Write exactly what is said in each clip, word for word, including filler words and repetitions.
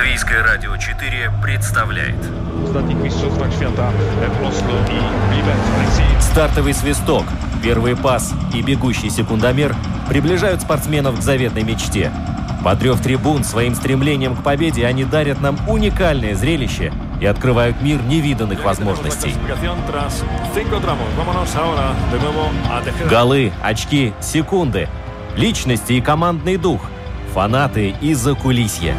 Латвийское радио четыре представляет стартовый свисток, первый пас и бегущий секундомер приближают спортсменов к заветной мечте. Подрев трибун своим стремлением к победе, они дарят нам уникальное зрелище и открывают мир невиданных возможностей. Голы, очки, секунды, личности и командный дух, фанаты и закулисье.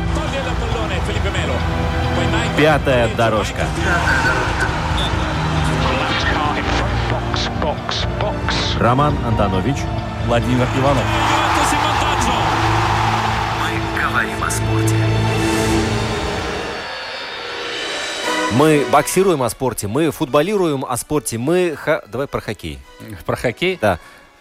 Пятая дорожка. Роман Антонович, Владимир Иванов. Мы говорим о спорте. Мы боксируем о спорте, мы футболируем о спорте, мы... Ха... Давай про хоккей. Про хоккей? Да.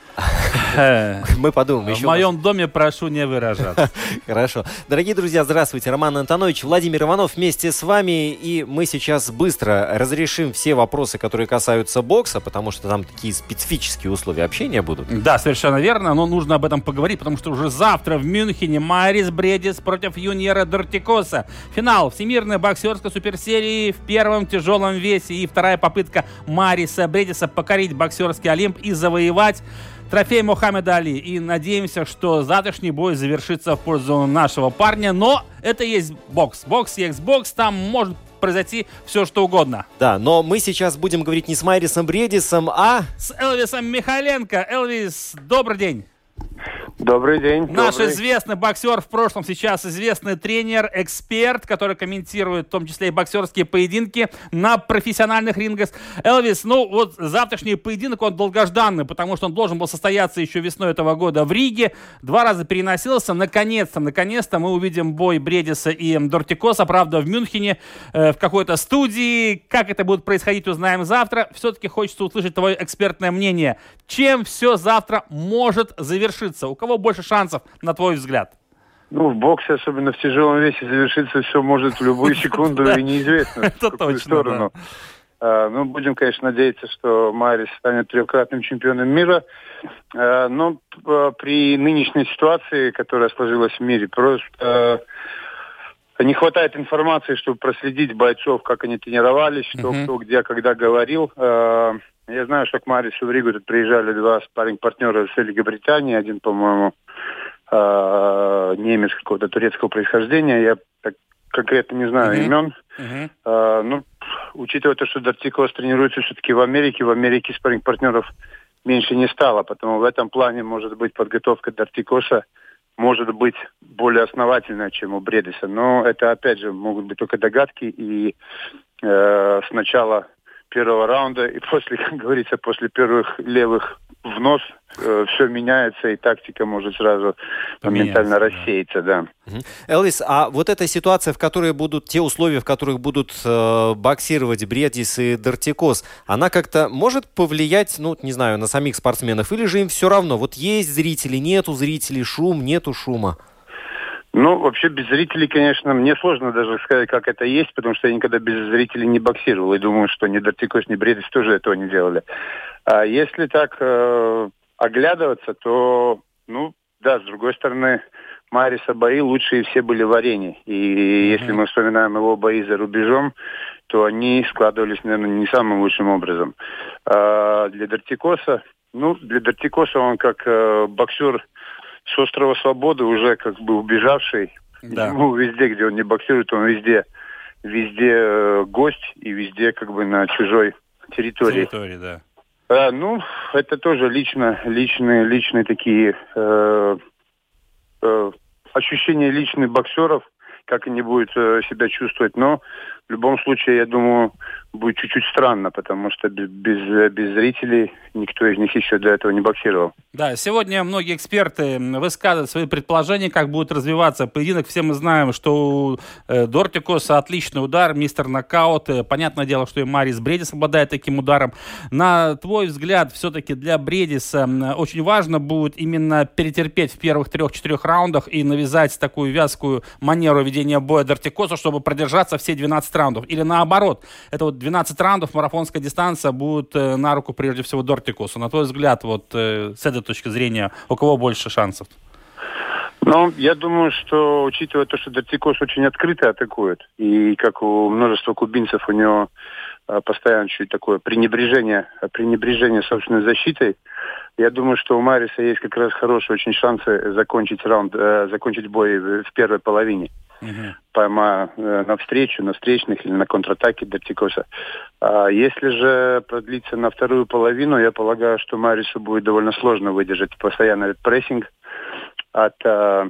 Мы подумаем. В моем доме прошу не выражаться. Хорошо. Дорогие друзья, здравствуйте. Роман Антонович, Владимир Иванов вместе с вами. И мы сейчас быстро разрешим все вопросы, которые касаются бокса, потому что там такие специфические условия общения будут. Да, совершенно верно. Но нужно об этом поговорить, потому что уже завтра в Мюнхене Марис Бредис против Юниера Дортикоса. Финал Всемирной боксерской суперсерии в первом тяжелом весе. И вторая попытка Мариса Бредиса покорить боксерский Олимп и завоевать трофей Мухаммеда Али. И надеемся, что завтрашний бой завершится в пользу нашего парня. Но это и есть бокс. Бокс и экс-бокс. Там может произойти все, что угодно. Да, но мы сейчас будем говорить не с Марисом Бредисом, а... с Элвисом Михайленко. Элвис, добрый день. Добрый день. Наш добрый. известный боксер, в прошлом сейчас известный тренер, эксперт, который комментирует в том числе и боксерские поединки на профессиональных рингах. Элвис, ну вот завтрашний поединок, он долгожданный, потому что он должен был состояться еще весной этого года в Риге. Два раза переносился. Наконец-то, наконец-то мы увидим бой Бредиса и Дортикоса, правда, в Мюнхене, э, в какой-то студии. Как это будет происходить, узнаем завтра. Все-таки хочется услышать твое экспертное мнение. Чем все завтра может завершиться? У кого больше шансов, на твой взгляд? Ну, в боксе, особенно в тяжелом весе, завершиться все может в любую секунду, и неизвестно, в какую сторону. Ну, будем, конечно, надеяться, что Марис станет трехкратным чемпионом мира. Но при нынешней ситуации, которая сложилась в мире, просто не хватает информации, чтобы проследить бойцов, как они тренировались, что кто где, когда говорил. Я знаю, что к Марису в Ригу тут приезжали два спарринг-партнера из Великобритании. Один, по-моему, э, немец какого-то турецкого происхождения. Я так конкретно не знаю uh-huh. имен. Uh-huh. Э, ну, учитывая то, что Дортикос тренируется все-таки в Америке, в Америке спарринг-партнеров меньше не стало. Поэтому в этом плане, может быть, подготовка Дортикоса может быть более основательная, чем у Бредиса. Но это, опять же, могут быть только догадки. И э, сначала первого раунда, и после, как говорится, после первых левых в нос э, все меняется, и тактика может сразу моментально рассеяться, да. Элвис, а вот эта ситуация, в которой будут, те условия, в которых будут э, боксировать Бредис и Дортикос, она как-то может повлиять, ну, не знаю, на самих спортсменов, или же им все равно? Вот есть зрители, нету зрителей, шум, нету шума? Ну, вообще, без зрителей, конечно, мне сложно даже сказать, как это есть, потому что я никогда без зрителей не боксировал, и думаю, что ни Дортикос, ни Бредис тоже этого не делали. А если так э, оглядываться, то, ну, да, с другой стороны, Мариса бои лучшие все были в арене. И mm-hmm. если мы вспоминаем его бои за рубежом, то они складывались, наверное, не самым лучшим образом. А для Дортикоса, ну, для Дортикоса он как э, боксер с острова Свободы, уже как бы убежавший. Да. Ему везде, где он не боксирует, он везде, везде э, гость и везде как бы на чужой территории. Территории, да. А, ну, это тоже лично, личные, личные такие э, э, ощущения личных боксеров, как они будут э, себя чувствовать. Но в любом случае, я думаю, будет чуть-чуть странно, потому что без, без, без зрителей никто из них еще до этого не боксировал. Да, сегодня многие эксперты высказывают свои предположения, как будет развиваться поединок. Все мы знаем, что у э, Дортикоса отличный удар, мистер нокаут. Понятное дело, что и Марис Бредис обладает таким ударом. На твой взгляд, все-таки для Бредиса очень важно будет именно перетерпеть в первых трех-четырех раундах и навязать такую вязкую манеру ведения боя Дортикосу, чтобы продержаться все двенадцать раундов. Или наоборот, это вот двенадцать раундов, марафонская дистанция будет э, на руку прежде всего Дортикосу. На твой взгляд, вот э, с этой точки зрения, у кого больше шансов? Ну, я думаю, что, учитывая то, что Дортикос очень открыто атакует, и как у множества кубинцев, у него а, постоянно чуть такое пренебрежение, пренебрежение собственной защитой, я думаю, что у Мариса есть как раз хорошие очень шансы закончить раунд, э, закончить бой в первой половине. Uh-huh. Пойма э, на встречу, на встречных или на контратаке Дортикоса. А если же продлиться на вторую половину, я полагаю, что Марису будет довольно сложно выдержать постоянный прессинг от, э,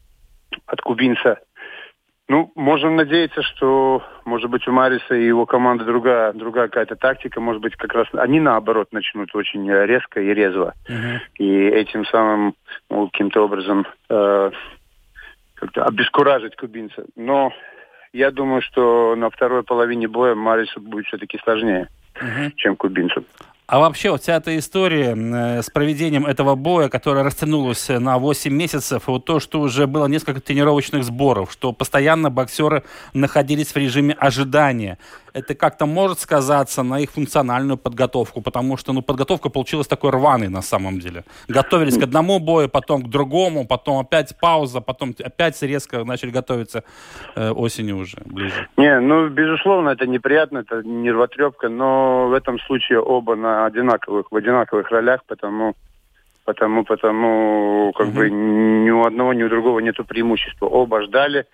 от кубинца. Ну, можем надеяться, что, может быть, у Мариса и его команды другая, другая какая-то тактика. Может быть, как раз они, наоборот, начнут очень резко и резво. Uh-huh. И этим самым, ну, каким-то образом э, как-то обескуражить кубинца. Но я думаю, что на второй половине боя Марису будет все-таки сложнее, uh-huh. чем кубинцу. А вообще вот вся эта история э, с проведением этого боя, которая растянулась на восемь месяцев, вот то, что уже было несколько тренировочных сборов, что постоянно боксеры находились в режиме ожидания, это как-то может сказаться на их функциональную подготовку, потому что ну, подготовка получилась такой рваной на самом деле. Готовились к одному бою, потом к другому, потом опять пауза, потом опять резко начали готовиться э, осенью уже ближе. Не, ну, безусловно, это неприятно, это нервотрепка, но в этом случае оба на одинаковых, в одинаковых ролях, потому, потому, потому как uh-huh. бы ни у одного, ни у другого нету преимущества. Оба ждали,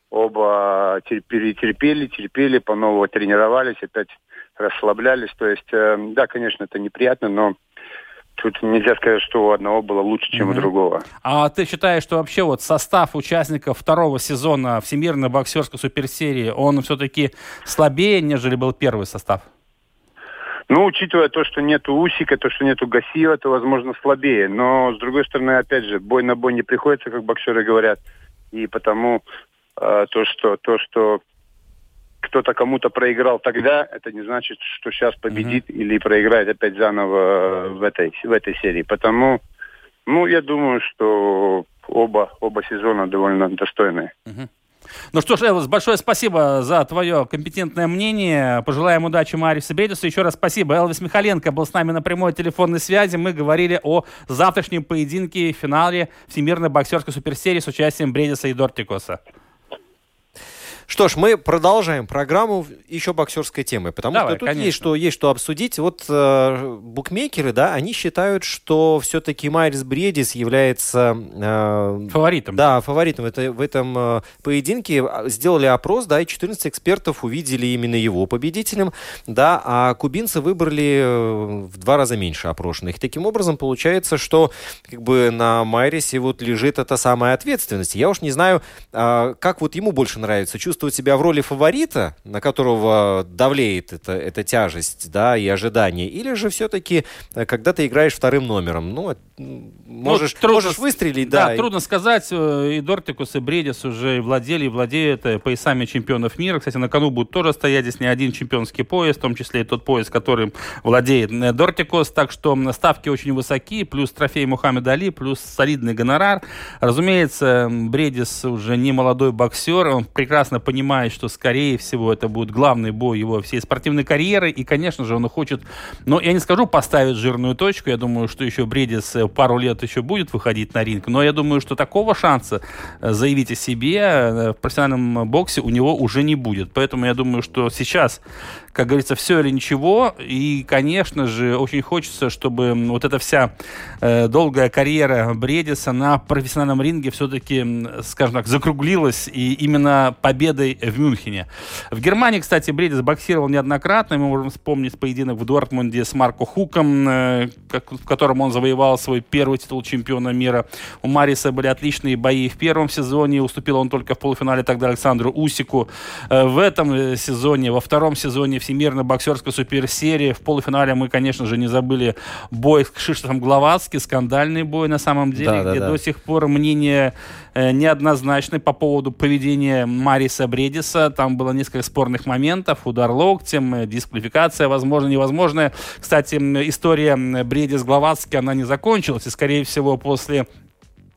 оба терпели, терпели, терпели, по-новому тренировались, опять расслаблялись. То есть, э, да, конечно, это неприятно, но тут нельзя сказать, что у одного было лучше, чем uh-huh. у другого. А ты считаешь, что вообще вот состав участников второго сезона Всемирной боксерской суперсерии, он все-таки слабее, нежели был первый состав? Ну, учитывая то, что нету Усика, то, что нету Гасиева, то, возможно, слабее. Но, с другой стороны, опять же, бой на бой не приходится, как боксеры говорят. И потому э, то, что, то, что кто-то кому-то проиграл тогда, это не значит, что сейчас победит mm-hmm. или проиграет опять заново в этой, в этой серии. Потому, ну, я думаю, что оба, оба сезона довольно достойные. Mm-hmm. Ну что ж, Элвис, большое спасибо за твое компетентное мнение. Пожелаем удачи Марису Бредису. Еще раз спасибо. Элвис Михаленко был с нами на прямой телефонной связи. Мы говорили о завтрашнем поединке в финале Всемирной боксерской суперсерии с участием Бредиса и Дортикоса. Что ж, мы продолжаем программу еще боксерской темы, потому Давай, что тут есть что, есть что обсудить. Вот э, букмекеры, да, они считают, что все-таки Майрис Бредис является э, фаворитом. Да, фаворитом в, это, в этом э, поединке. Сделали опрос, да, и четырнадцать экспертов увидели именно его победителем, да, а кубинцы выбрали в два раза меньше опрошенных. Таким образом, получается, что как бы на Майрисе вот лежит эта самая ответственность. Я уж не знаю, э, как вот ему больше нравится чувствовать чувствовать себя в роли фаворита, на которого давлеет эта, эта тяжесть, да, и ожидание, или же все-таки, когда ты играешь вторым номером, ну, можешь, ну, трудно, можешь выстрелить, да. Да, трудно сказать, и Дортикос, и Бредис уже владели и владеют поясами чемпионов мира. Кстати, на кону будет тоже стоять здесь не один чемпионский пояс, в том числе и тот пояс, которым владеет Дортикос, так что ставки очень высоки, плюс трофей Мухаммеда Али, плюс солидный гонорар. Разумеется, Бредис уже не молодой боксер, он прекрасно понимает, что, скорее всего, это будет главный бой его всей спортивной карьеры, и, конечно же, он хочет, но я не скажу поставить жирную точку, я думаю, что еще Бредис пару лет еще будет выходить на ринг, но я думаю, что такого шанса заявить о себе в профессиональном боксе у него уже не будет, поэтому я думаю, что сейчас, как говорится, все или ничего, и, конечно же, очень хочется, чтобы вот эта вся э, долгая карьера Бредиса на профессиональном ринге все-таки, скажем так, закруглилась, и именно победой в Мюнхене. В Германии, кстати, Бредис боксировал неоднократно, мы можем вспомнить поединок в Дортмунде с Марко Хуком, э, как, в котором он завоевал свой первый титул чемпиона мира. У Мариса были отличные бои в первом сезоне, уступил он только в полуфинале тогда Александру Усику. Э, в этом сезоне, во втором сезоне Всемирной боксерской суперсерии. В полуфинале мы, конечно же, не забыли бой с Кшиштофом Гловацки, скандальный бой на самом деле, да, где да, да. до сих пор мнение э, неоднозначны по поводу поведения Мариса Бредиса. Там было несколько спорных моментов, удар локтем, дисквалификация, возможно, невозможная. Кстати, история Бредис-Гловацки, она не закончилась, и, скорее всего, после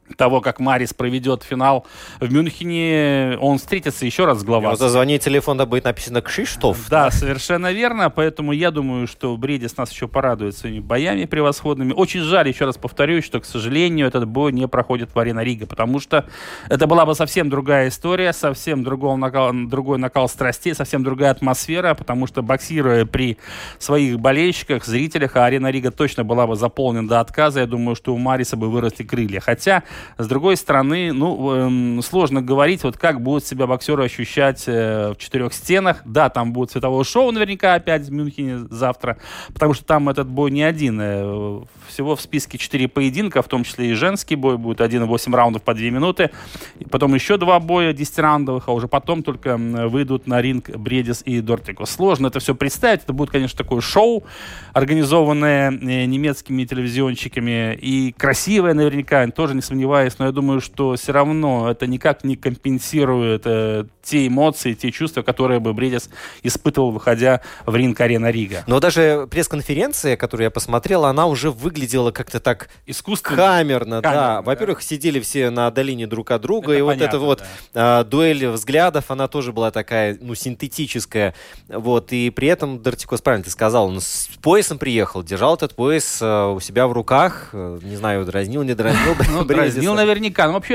того, как Марис проведет финал в Мюнхене, он встретится еще раз с главой. Зазвонит телефон, да будет написано «Кшиштоф». Да, совершенно верно. Поэтому я думаю, что Бредис нас еще порадует своими боями превосходными. Очень жаль, еще раз повторюсь, что, к сожалению, этот бой не проходит в Арена Рига, потому что это была бы совсем другая история, совсем другой накал, другой накал страстей, совсем другая атмосфера, потому что, боксируя при своих болельщиках, зрителях, а Арена Рига точно была бы заполнена до отказа, я думаю, что у Мариса бы выросли крылья. Хотя, с другой стороны, ну, эм, сложно говорить, вот как будут себя боксеры ощущать э, в четырех стенах. Да, там будет световое шоу наверняка опять в Мюнхене завтра, потому что там этот бой не один. Э, всего в списке четыре поединка, в том числе и женский бой, будет один и восемь раундов по две минуты. И потом еще два боя десятираундовых, а уже потом только выйдут на ринг Бредис и Дортикос. Сложно это все представить. Это будет, конечно, такое шоу, организованное э, немецкими телевизионщиками, и красивое наверняка, тоже не сомневаюсь. Но я думаю, что все равно это никак не компенсирует э, те эмоции, те чувства, которые бы Бредис испытывал, выходя в ринг Арена Рига. Но даже пресс-конференция, которую я посмотрел, она уже выглядела как-то так искусственно, камерно. камерно да. да. Во-первых, сидели все на отдалении друг от друга, это и понятно, вот эта вот да. э, дуэль взглядов, она тоже была такая, ну, синтетическая. Вот. И при этом Дортикос, правильно ты сказал, он с поясом приехал, держал этот пояс э, у себя в руках. Э, не знаю, дразнил, не дразнил. Дразнил наверняка. Но вообще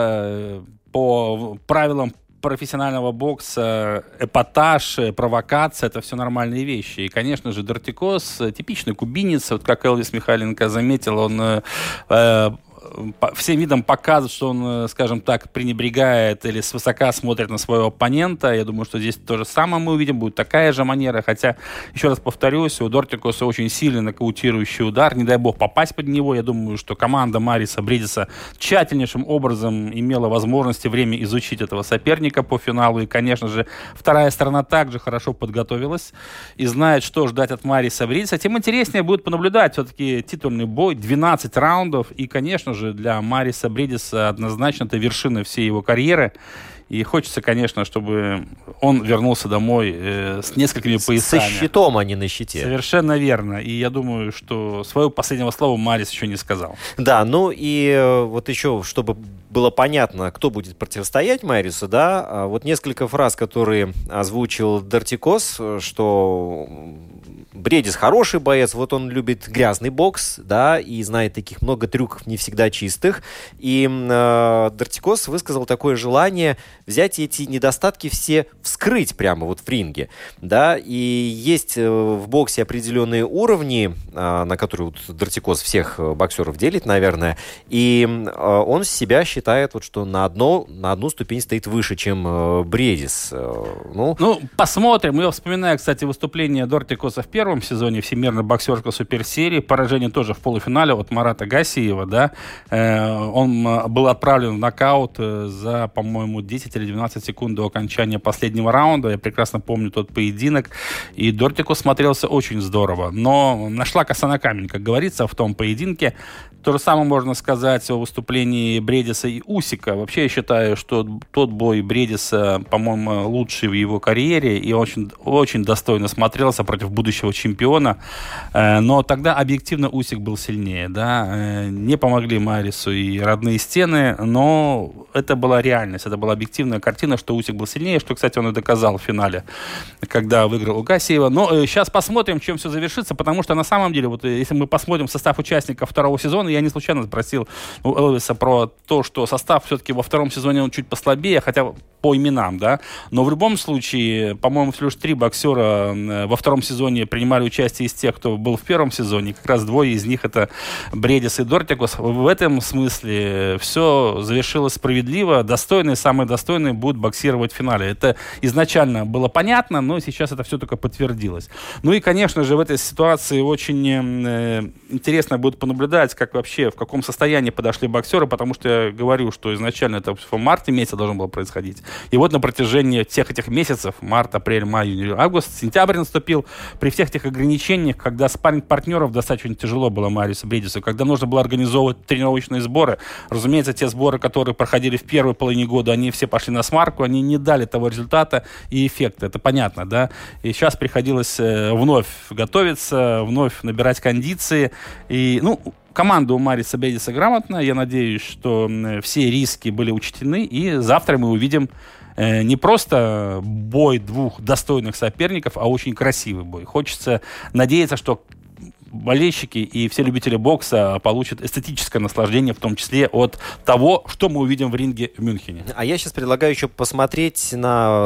это по правилам профессионального бокса эпатаж, провокация — это все нормальные вещи. И, конечно же, Дортикос типичный кубинец. Вот как Элвис Михайленко заметил, он э, всем видом показывает, что он, скажем так, пренебрегает или свысока смотрит на своего оппонента. Я думаю, что здесь то же самое мы увидим, будет такая же манера. Хотя, еще раз повторюсь, у Дортикоса очень сильный нокаутирующий удар. Не дай бог попасть под него. Я думаю, что команда Мариса Бредиса тщательнейшим образом имела возможность и время изучить этого соперника по финалу. И, конечно же, вторая сторона также хорошо подготовилась и знает, что ждать от Мариса Бредиса. Тем интереснее будет понаблюдать все-таки титульный бой, двенадцать раундов. И, конечно же, для Мариса Бредиса однозначно это вершина всей его карьеры. И хочется, конечно, чтобы он вернулся домой э, с несколькими поясами. Со щитом, а не на щите. Совершенно верно. И я думаю, что своего последнего слова Марис еще не сказал. Да, ну и э, вот еще, чтобы было понятно, кто будет противостоять Марису, да, вот несколько фраз, которые озвучил Дортикос, что Бредис хороший боец, вот он любит грязный бокс, да, и знает таких много трюков, не всегда чистых. И э, Дортикос высказал такое желание взять эти недостатки все вскрыть прямо вот в ринге, да, и есть э, в боксе определенные уровни, э, на которые вот Дортикос всех боксеров делит, наверное, и э, он себя считает, вот, что на, одно, на одну ступень стоит выше, чем э, Бредис. Э, ну... ну, посмотрим. Я вспоминаю, кстати, выступление Дортикоса в первом сезоне Всемирной боксерской суперсерии, поражение тоже в полуфинале от Марата Гасиева, да, э, он был отправлен в нокаут э, за, по-моему, десять или двенадцать секунд до окончания последнего раунда. Я прекрасно помню тот поединок. И Дортикос смотрелся очень здорово. Но нашла коса на камень, как говорится, в том поединке. То же самое можно сказать о выступлении Бредиса и Усика. Вообще, я считаю, что тот бой Бредиса, по-моему, лучший в его карьере. И очень, очень достойно смотрелся против будущего чемпиона. Но тогда объективно Усик был сильнее. Да? Не помогли Марису и родные стены, но это была реальность. Это была объективная картина, что Усик был сильнее, что, кстати, он и доказал в финале, когда выиграл у Гасиева. Но э, сейчас посмотрим, чем все завершится, потому что на самом деле, вот если мы посмотрим состав участников второго сезона, я не случайно спросил у Элвиса про то, что состав все-таки во втором сезоне он чуть послабее, хотя по именам, да, но в любом случае, по-моему, всего лишь три боксера во втором сезоне принимали участие из тех, кто был в первом сезоне, как раз двое из них это Бредис и Дортикос. В этом смысле все завершилось справедливо, достойные, самые достойные будут боксировать в финале. Это изначально было понятно, но сейчас это все только подтвердилось. Ну и, конечно же, в этой ситуации очень э, интересно будет понаблюдать, как вообще, в каком состоянии подошли боксеры, потому что я говорю, что изначально это в марте месяце должно было происходить. И вот на протяжении всех этих месяцев, март, апрель, май, июнь, август, сентябрь наступил, при всех этих ограничениях, когда спарринг-партнеров достаточно тяжело было Марису Бредису, когда нужно было организовывать тренировочные сборы. Разумеется, те сборы, которые проходили в первой половине года, они все пошли на смарку, они не дали того результата и эффекта, это понятно, да. И сейчас приходилось вновь готовиться, вновь набирать кондиции. И, ну, команда у Мариса Бридиса грамотная. Я надеюсь, что все риски были учтены. И завтра мы увидим э, не просто бой двух достойных соперников, а очень красивый бой. Хочется надеяться, что болельщики и все любители бокса получат эстетическое наслаждение, в том числе от того, что мы увидим в ринге в Мюнхене. А я сейчас предлагаю еще посмотреть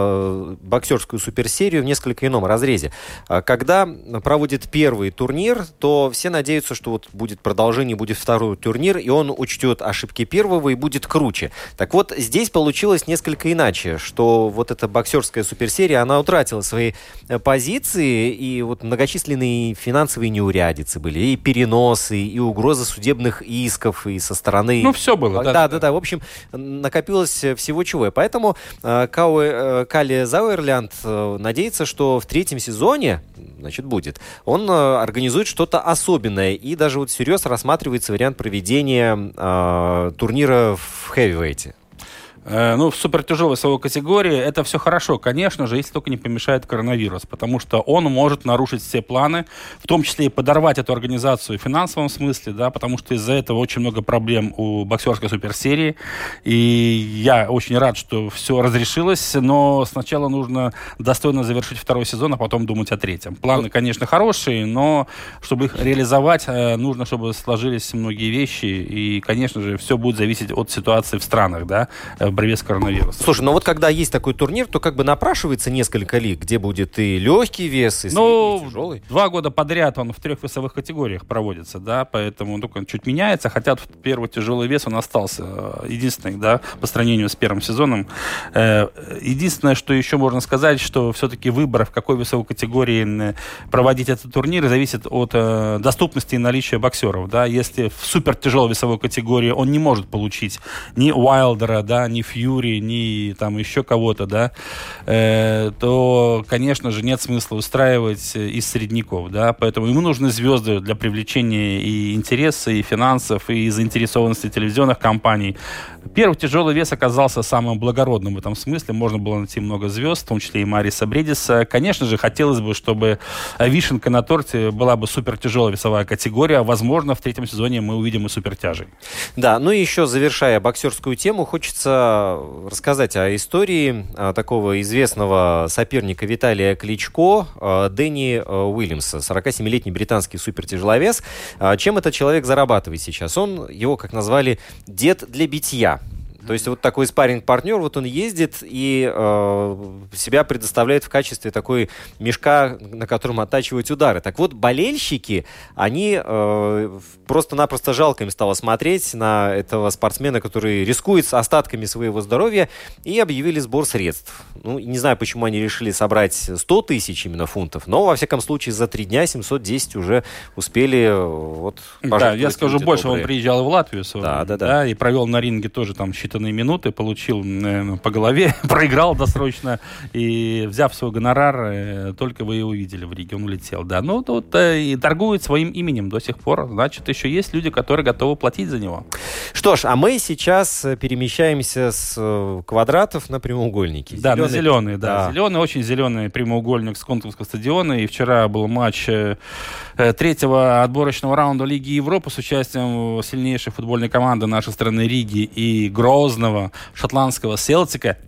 на боксерскую суперсерию в несколько ином разрезе. Когда проводит первый турнир, то все надеются, что вот будет продолжение, будет второй турнир, и он учтет ошибки первого и будет круче. Так вот, здесь получилось несколько иначе, что вот эта боксерская суперсерия, она утратила свои позиции, и вот многочисленные финансовые неурядицы были, и переносы, и угроза судебных исков, и со стороны... Ну, все было, да. Да, да, да. В общем, накопилось всего чего. Поэтому э, Кауэ, э, Кале Зауэрлянд э, надеется, что в третьем сезоне, значит, будет, он э, организует что-то особенное, и даже вот всерьез рассматривается вариант проведения э, турнира в хэвивейте. Ну, в супертяжелой весовой категории это все хорошо, конечно же, если только не помешает коронавирус, потому что он может нарушить все планы, в том числе и подорвать эту организацию в финансовом смысле, да, потому что из-за этого очень много проблем у боксерской суперсерии, и я очень рад, что все разрешилось, но сначала нужно достойно завершить второй сезон, а потом думать о третьем. Планы, конечно, хорошие, но чтобы их реализовать, нужно, чтобы сложились многие вещи, и, конечно же, все будет зависеть от ситуации в странах, да, в борьбе с коронавирусом. Слушай, ну вот когда есть такой турнир, то как бы напрашивается несколько лиг, где будет и легкий вес, и средний, ну, и тяжелый. Два года подряд он в трех весовых категориях проводится, да, поэтому он только чуть меняется, хотя первый тяжелый вес он остался единственный, да, по сравнению с первым сезоном. Единственное, что еще можно сказать, что все-таки выбор, в какой весовой категории проводить этот турнир, зависит от доступности и наличия боксеров, да. Если в супертяжелой весовой категории он не может получить ни Уайлдера, да, ни Фьюри, ни там еще кого-то, да, э, то, конечно же, нет смысла устраивать из средняков, да, поэтому ему нужны звезды для привлечения и интереса, и финансов, и заинтересованности телевизионных компаний. Первый тяжелый вес оказался самым благородным в этом смысле, можно было найти много звезд, в том числе и Мариса Бридиса. Конечно же, хотелось бы, чтобы вишенка на торте была бы супертяжелая весовая категория, возможно, в третьем сезоне мы увидим и супертяжей. Да, ну и еще завершая боксерскую тему, хочется рассказать о истории такого известного соперника Виталия Кличко, Дэнни Уильямса, сорокасемилетний британский супертяжеловес. Чем этот человек зарабатывает сейчас? Он, его, как назвали, дед для битья. То есть вот такой спарринг-партнер, вот он ездит и э, себя предоставляет в качестве такой мешка, на котором оттачивать удары. Так вот, болельщики, они э, просто-напросто жалко им стало смотреть на этого спортсмена, который рискует с остатками своего здоровья, и объявили сбор средств. Ну, не знаю, почему они решили собрать сто тысяч именно фунтов, но, во всяком случае, за три дня семьсот десять уже успели вот... Да, я скажу больше, добрые. Он приезжал в Латвию, да, да, да. Да, и провел на ринге тоже там считанные минуты, получил э, по голове, проиграл досрочно, и, взяв свой гонорар, э, только вы его увидели в Риге, он улетел, да. Ну, тут э, и торгует своим именем до сих пор, значит, еще есть люди, которые готовы платить за него. Что ж, а мы сейчас перемещаемся с э, квадратов на прямоугольники. Да, зеленый, на зеленые, да. да. Зеленый, очень зеленый прямоугольник с Контовского стадиона, и вчера был матч э, третьего отборочного раунда Лиги Европы с участием сильнейшей футбольной команды нашей страны Риги и грозного шотландского Селтика,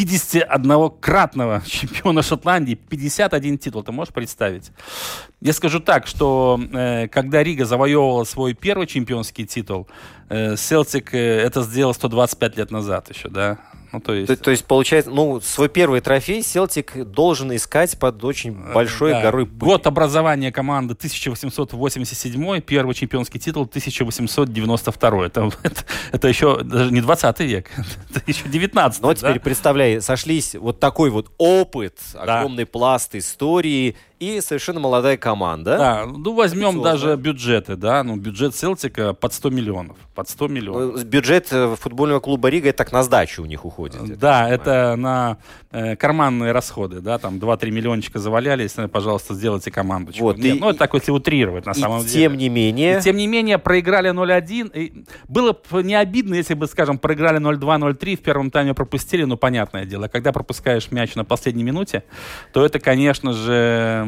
пятидесятиоднократного чемпиона Шотландии, пятьдесят один титул, ты можешь представить? Я скажу так, что э, когда Рига завоевывала свой первый чемпионский титул, э, Селтик э, это сделал сто двадцать пять лет назад еще, да? Ну, то, есть... То, то есть, получается, ну, свой первый трофей Селтик должен искать под очень большой да. горой пыли. Год образования команды тысяча восемьсот восемьдесят седьмой, первый чемпионский титул тысяча восемьсот девяносто второй. Это, это, это еще даже не двадцатый век, это еще девятнадцатый. Ну, теперь да? представляй, сошлись вот такой вот опыт, да. огромный пласт истории и совершенно молодая команда. Да, ну возьмем даже бюджеты, да, ну бюджет Селтика под сто миллионов, под сто миллионов. Бюджет футбольного клуба Рига, это так на сдачу у них уходит. Да, это на э, карманные расходы, да, там два-три миллиончика завалялись, пожалуйста, сделайте командочку. Вот, Нет, и, ну, это так, если утрировать, на и самом деле. Тем не менее... И, тем не менее, проиграли ноль один. И было бы не обидно, если бы, скажем, проиграли ноль два ноль три, в первом тайме пропустили, ну, понятное дело. Когда пропускаешь мяч на последней минуте, то это, конечно же,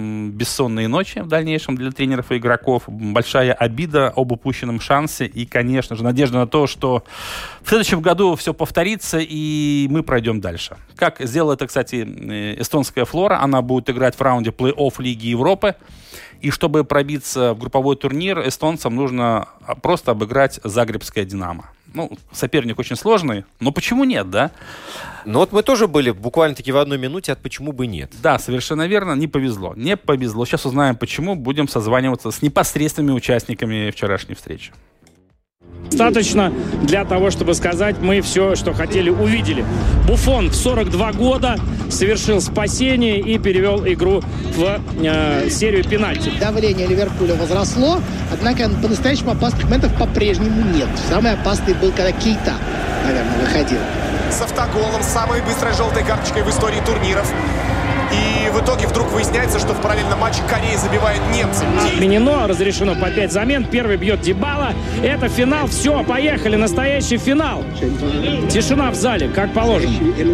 бессонные ночи в дальнейшем для тренеров и игроков, большая обида об упущенном шансе и, конечно же, надежда на то, что в следующем году все повторится и мы пройдем дальше. Как сделала это, кстати, эстонская Флора, она будет играть в раунде плей-офф Лиги Европы. И чтобы пробиться в групповой турнир, эстонцам нужно просто обыграть Загребское «Динамо». Ну, соперник очень сложный, но почему нет, да? Ну вот мы тоже были буквально-таки в одной минуте от «почему бы нет». Да, совершенно верно, не повезло. Не повезло. Сейчас узнаем, почему. Будем созваниваться с непосредственными участниками вчерашней встречи. Достаточно для того, чтобы сказать, мы все, что хотели, увидели. Буффон в сорок два года совершил спасение и перевел игру в э, серию пенальти. Давление Ливерпуля возросло, однако по-настоящему опасных моментов по-прежнему нет. Самый опасный был, когда Кейта, наверное, выходил. С автоголом, самой быстрой желтой карточкой в истории турниров. И в итоге вдруг выясняется, что в параллельном матче Корея забивает немцы. Отменено, разрешено по пять замен. Первый бьет Дибала. Это финал. Все, поехали. Настоящий финал. Тишина в зале, как положено.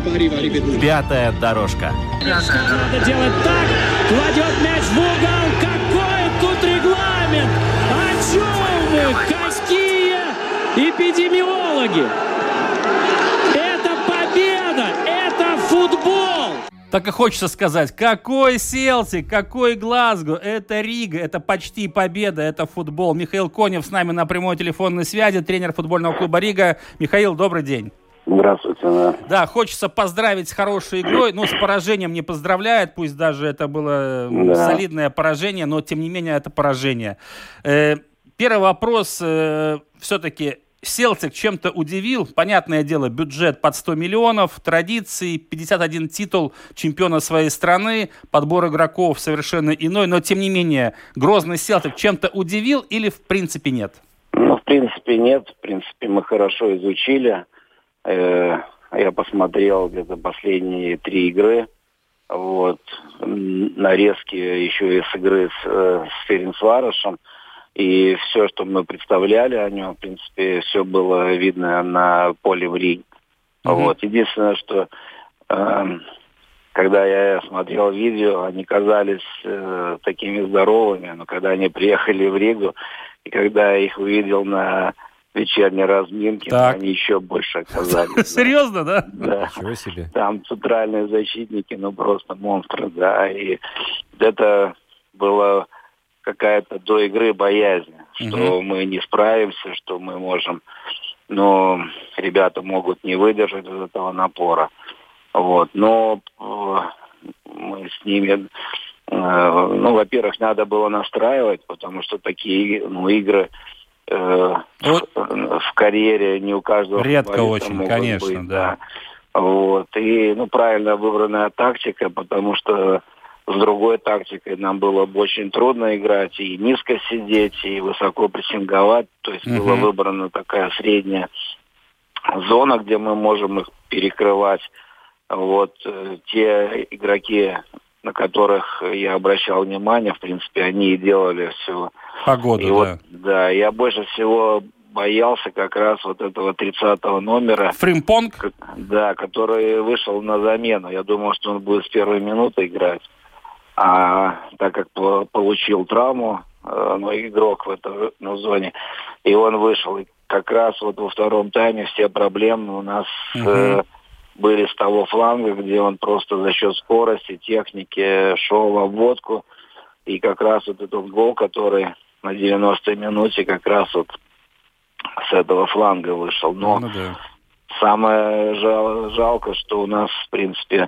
Пятая дорожка. Надо делать так. Кладет мяч в угол. Какой тут регламент? О чем вы? Какие эпидемиологи? Это победа. Это футбол. Так и хочется сказать, какой Селтик, какой Глазго, это Рига, это почти победа, это футбол. Михаил Конев с нами на прямой телефонной связи, тренер футбольного клуба Рига. Михаил, добрый день. Здравствуйте. Да, да хочется поздравить с хорошей игрой, но с поражением не поздравляет, пусть даже это было да. солидное поражение, но тем не менее это поражение. Э, первый вопрос, э, все-таки... Селтик чем-то удивил. Понятное дело, бюджет под сто миллионов, традиции, пятьдесят один титул чемпиона своей страны, подбор игроков совершенно иной, но тем не менее, грозный Селтик чем-то удивил или в принципе нет? Ну, в принципе нет. В принципе, мы хорошо изучили. Э, я посмотрел где-то последние три игры. Вот. Нарезки еще и с игры с, с Ференцварошем. И все, что мы представляли о нем, в принципе, все было видно на поле в Риге. Mm-hmm. Вот. Единственное, что э, когда я смотрел видео, они казались э, такими здоровыми, но когда они приехали в Ригу, и когда я их увидел на вечерней разминке, так. они еще больше оказались. Серьезно, да? Да. Ничего себе. Там центральные защитники, ну просто монстры, да. И это было... какая-то до игры боязнь, что uh-huh. мы не справимся, что мы можем, но ребята могут не выдержать этого напора. Вот. Но э, мы с ними, э, ну, во-первых, надо было настраивать, потому что такие ну, игры э, вот. в, в карьере не у каждого редко очень, конечно, быть, да. да. Вот. И ну, правильно выбранная тактика, потому что с другой тактикой нам было бы очень трудно играть, и низко сидеть, и высоко прессинговать. То есть uh-huh. была выбрана такая средняя зона, где мы можем их перекрывать. Вот те игроки, на которых я обращал внимание, в принципе, они и делали все. Погода, и да. Вот, да, я больше всего боялся как раз вот этого тридцатого номера. Фримпонг? Да, который вышел на замену. Я думал, что он будет с первой минуты играть. А так как получил травму, ну, игрок в этой ну, зоне, и он вышел. И как раз вот во втором тайме все проблемы у нас uh-huh. э, были с того фланга, где он просто за счет скорости, техники шел в обводку. И как раз вот этот гол, который на девяностой минуте как раз вот с этого фланга вышел. Но ну, да. самое жал, жалко, что у нас, в принципе,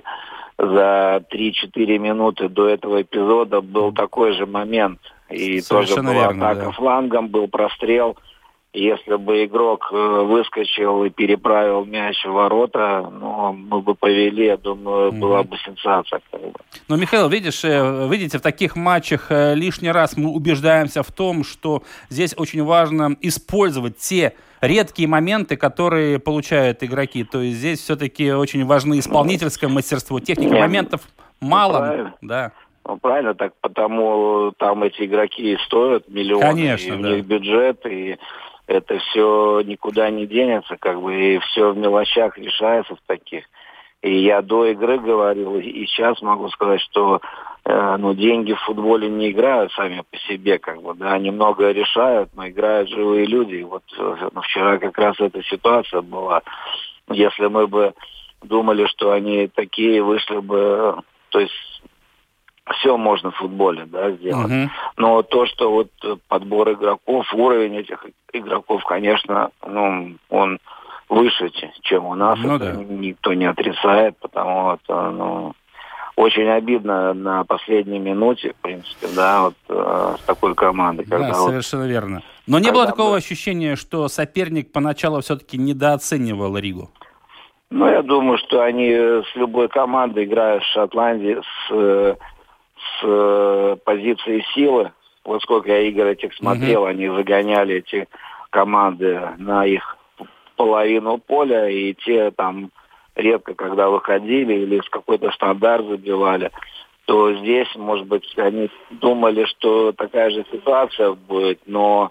за три-четыре минуты до этого эпизода был такой же момент. И совершенно тоже была верно, атака да. флангом, был прострел. Если бы игрок выскочил и переправил мяч в ворота, ну, мы бы повели, я думаю, mm-hmm. была бы сенсация. Но, Михаил, видишь, видите, в таких матчах лишний раз мы убеждаемся в том, что здесь очень важно использовать те редкие моменты, которые получают игроки. То есть здесь все-таки очень важно исполнительское мастерство. Техника Нет, моментов мало. Правильно. Да. Ну, правильно, так потому там эти игроки стоят миллионы. Конечно, и да. у них бюджет, и это все никуда не денется, как бы, и все в мелочах решается в таких. И я до игры говорил, и сейчас могу сказать, что э, ну, деньги в футболе не играют сами по себе, как бы, да, они многое решают, но играют живые люди. И вот ну, вчера как раз эта ситуация была. Если мы бы думали, что они такие, вышли бы, то есть все можно в футболе, да, сделать. Uh-huh. Но то, что вот подбор игроков, уровень этих игроков, конечно, ну, он выше, чем у нас. Ну, это да. Никто не отрицает, потому что, ну, очень обидно на последней минуте, в принципе, да, вот э, с такой командой. Да, когда совершенно вот, верно. Но не было такого мы... ощущения, что соперник поначалу все-таки недооценивал Ригу? Ну, я думаю, что они с любой командой играют в Шотландии с, с позиции силы. Вот сколько я игр этих смотрел, угу. они загоняли эти команды на их половину поля, и те там редко, когда выходили или с какой-то стандарт забивали, то здесь, может быть, они думали, что такая же ситуация будет, но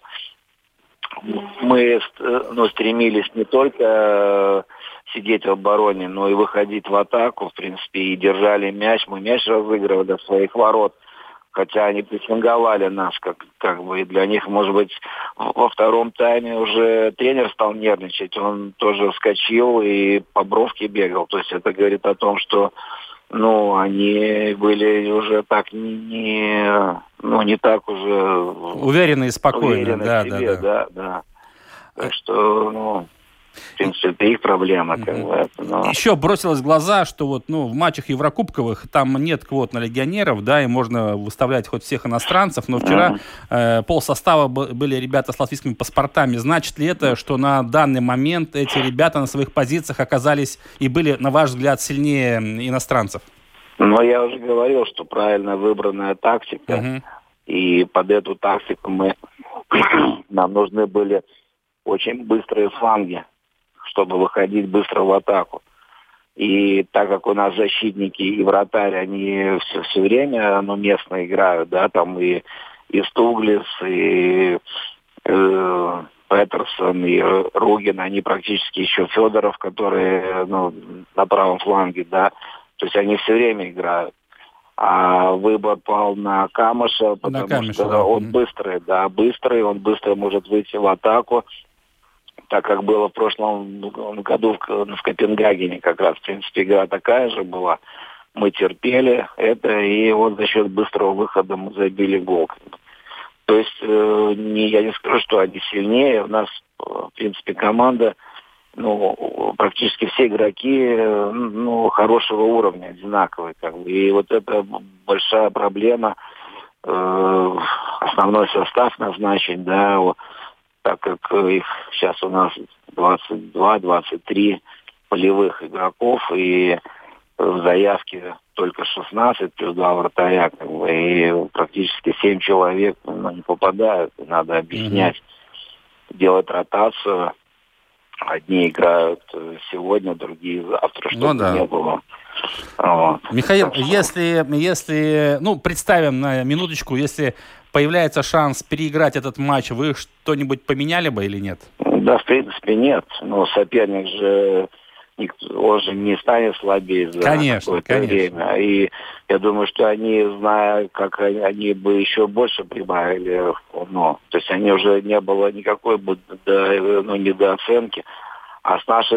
мы ну, стремились не только сидеть в обороне, но и выходить в атаку, в принципе, и держали мяч. Мы мяч разыгрывали до своих ворот. Хотя они прессинговали нас, как, как бы, и для них, может быть, во втором тайме уже тренер стал нервничать, он тоже вскочил и по бровке бегал. То есть это говорит о том, что, ну, они были уже так не, не ну, не так уже... Уверены и спокойны, уверены да, в себе, да, да, да. Так что, ну... В принципе, это их проблема. Как бы, это, но... Еще бросилось в глаза, что вот, ну, в матчах еврокубковых там нет квот на легионеров, да, и можно выставлять хоть всех иностранцев, но вчера mm-hmm. э, полсостава были ребята с латвийскими паспортами. Значит ли это, что на данный момент эти ребята на своих позициях оказались и были, на ваш взгляд, сильнее иностранцев? Ну, я уже говорил, что правильно выбранная тактика, mm-hmm. и под эту тактику мы нам нужны были очень быстрые фланги, чтобы выходить быстро в атаку. И так как у нас защитники и вратарь, они все, все время ну, местно играют, да, там и, и Стуглис, и э, Петерсон, и Ругин, они практически еще Федоров, который ну, на правом фланге, да, то есть они все время играют. А выбор пал на Камыша, потому на Камыша, что да. он быстрый, да, быстрый, он быстро может выйти в атаку. Так как было в прошлом году в, в Копенгагене, как раз, в принципе, игра такая же была. Мы терпели это, и вот за счет быстрого выхода мы забили гол. То есть, э, не, я не скажу, что они сильнее. У нас, в принципе, команда, ну, практически все игроки, ну, хорошего уровня, одинаковые, как бы. И вот это большая проблема. Э, основной состав назначить, да, так как их сейчас у нас двадцать два - двадцать три полевых игроков, и в заявке только шестнадцать плюс два вратаря, как бы, и практически семь человек ну, не попадают. Надо объяснять, mm-hmm. делать ротацию. Одни играют сегодня, другие завтра, чтобы ну, да. не было. Вот. Михаил, если, если, ну, представим на минуточку, если появляется шанс переиграть этот матч, вы что-нибудь поменяли бы или нет? Да, в принципе, нет. Но соперник же, он же не станет слабее за конечно, какое-то конечно. время. И я думаю, что они, зная, как они, они бы еще больше прибавили. Ну, то есть они уже не было никакой ну, недооценки. А с нашей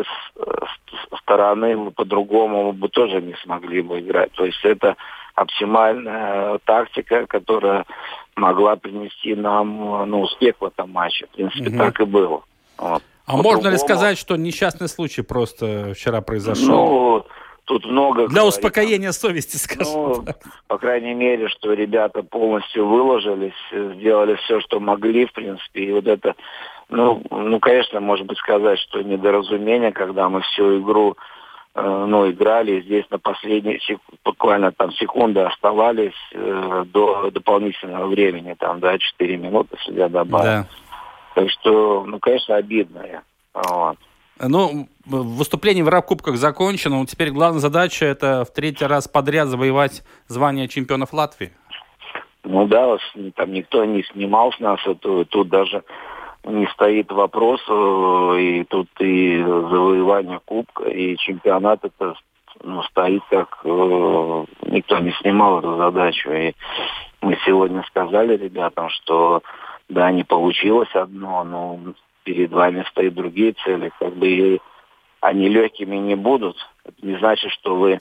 стороны мы по-другому мы бы тоже не смогли бы играть. То есть это оптимальная тактика, которая могла принести нам ну, успех в этом матче. В принципе, угу. так и было. Вот. А можно ли сказать, что несчастный случай просто вчера произошел? Ну, тут много... Для говорит, успокоения совести, скажем ну, так. По крайней мере, что ребята полностью выложились, сделали все, что могли, в принципе. И вот это, ну, ну конечно, может быть сказать, что недоразумение, когда мы всю игру э, ну, играли, здесь на последней, буквально там секунды оставались э, до дополнительного времени, там, да, четыре минуты судья добавил. Да. Так что, ну, конечно, обидно. Вот. Ну, выступление в Еврокубках закончено. Теперь главная задача – это в третий раз подряд завоевать звание чемпионов Латвии. Ну да, там никто не снимал с нас это. Тут даже не стоит вопрос. И тут и завоевание Кубка, и чемпионат – это ну, стоит как... Э, никто не снимал эту задачу. И мы сегодня сказали ребятам, что да, не получилось одно, но перед вами стоят другие цели. Как бы и они легкими не будут. Это не значит, что вы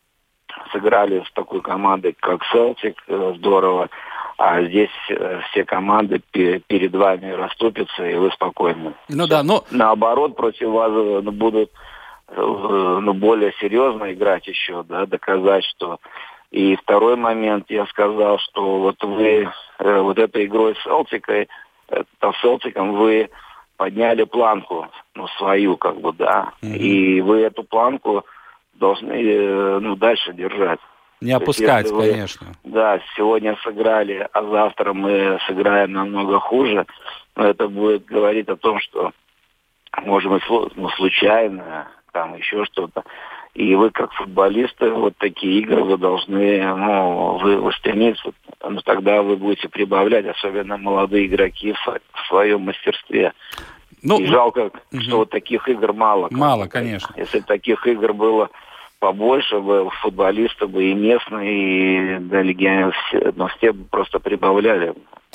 сыграли с такой командой, как Селтик, э, здорово. А здесь э, все команды пе- перед вами расступятся, и вы спокойны. Ну да, но... Наоборот, против вас э, будут э, ну, более серьезно играть еще, да, доказать, что... И второй момент, я сказал, что вот вы э, вот этой игрой с Селтикой, э, с Селтиком вы подняли планку, ну, свою, как бы, да. Mm-hmm. И вы эту планку должны, э, ну, дальше держать. Не опускать, вы, конечно. Да, сегодня сыграли, а завтра мы сыграем намного хуже. Но это будет говорить о том, что, может быть, ну, случайно, там еще что-то. И вы, как футболисты, вот такие игры вы должны, ну, вы, вы стремиться. Ну, тогда вы будете прибавлять, особенно молодые игроки, в, в своем мастерстве. Ну, и жалко, угу. что вот таких игр мало. Мало, конечно. Если таких игр было побольше, бы футболисты бы и местные, и да, легионеры, все, но все просто прибавляли.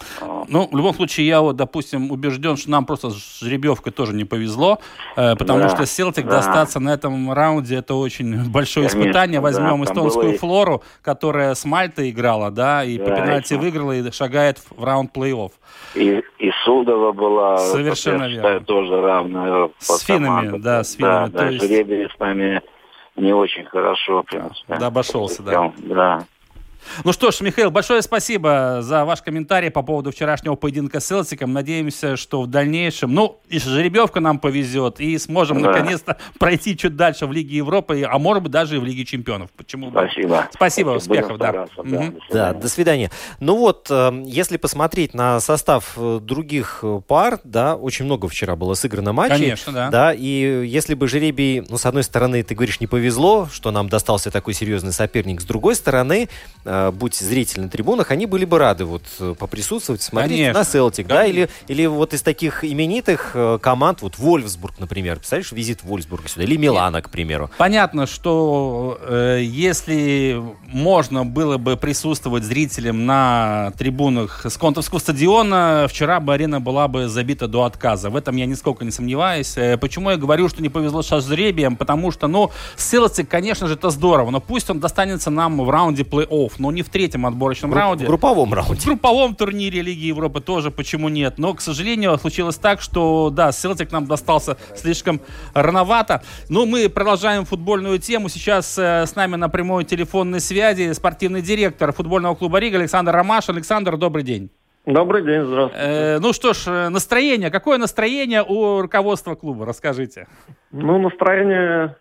Ну, в любом случае, я вот, допустим, убежден, что нам просто с жеребьевкой тоже не повезло, э, потому да, что Селтик да. достаться на этом раунде, это очень большое Конечно, испытание. Возьмем да, эстонскую было... Флору, которая с Мальтой играла, да, и да, по пенальти это... выиграла и шагает в раунд плей-офф. И, и Судова была, совершенно я считаю, тоже равная. С финнами, да, с финами. Да, да, есть... Жеребий с нами не очень хорошо, в принципе. Да, обошелся, да. Да. Ну что ж, Михаил, большое спасибо за ваш комментарий по поводу вчерашнего поединка с Селтиком. Надеемся, что в дальнейшем, ну, и жеребьевка нам повезет, и сможем да. наконец-то пройти чуть дальше в Лиге Европы, а может быть даже и в Лиге Чемпионов. Почему? Спасибо. Спасибо, успехов. Да. Да, угу. да, до свидания. Ну вот, если посмотреть на состав других пар, да, очень много вчера было сыграно матчей. Конечно, да. Да, и если бы жеребий, ну, с одной стороны, ты говоришь, не повезло, что нам достался такой серьезный соперник, с другой стороны, будь зрители на трибунах, они были бы рады вот поприсутствовать, смотреть Конечно. на Селтик, да, или, или вот из таких именитых команд, вот Вольфсбург, например, представляешь, визит Вольфсбурга сюда, или Милана, к примеру. Понятно, что э, если можно было бы присутствовать зрителям на трибунах Сконтовского стадиона, вчера бы арена была бы забита до отказа. В этом я нисколько не сомневаюсь. Почему я говорю, что не повезло с жребием? Потому что, ну, Селтик, конечно же, это здорово, но пусть он достанется нам в раунде плей-офф, но не в третьем отборочном Групп, раунде. В групповом раунде. В групповом турнире Лиги Европы тоже, почему нет. Но, к сожалению, случилось так, что, да, Селтик нам достался слишком рановато. Но мы продолжаем футбольную тему. Сейчас э, с нами на прямой телефонной связи спортивный директор футбольного клуба «Рига» Александр Ромаш. Александр, добрый день. Добрый день, здравствуйте. Э, ну что ж, настроение. Какое настроение у руководства клуба? Расскажите. Ну, настроение...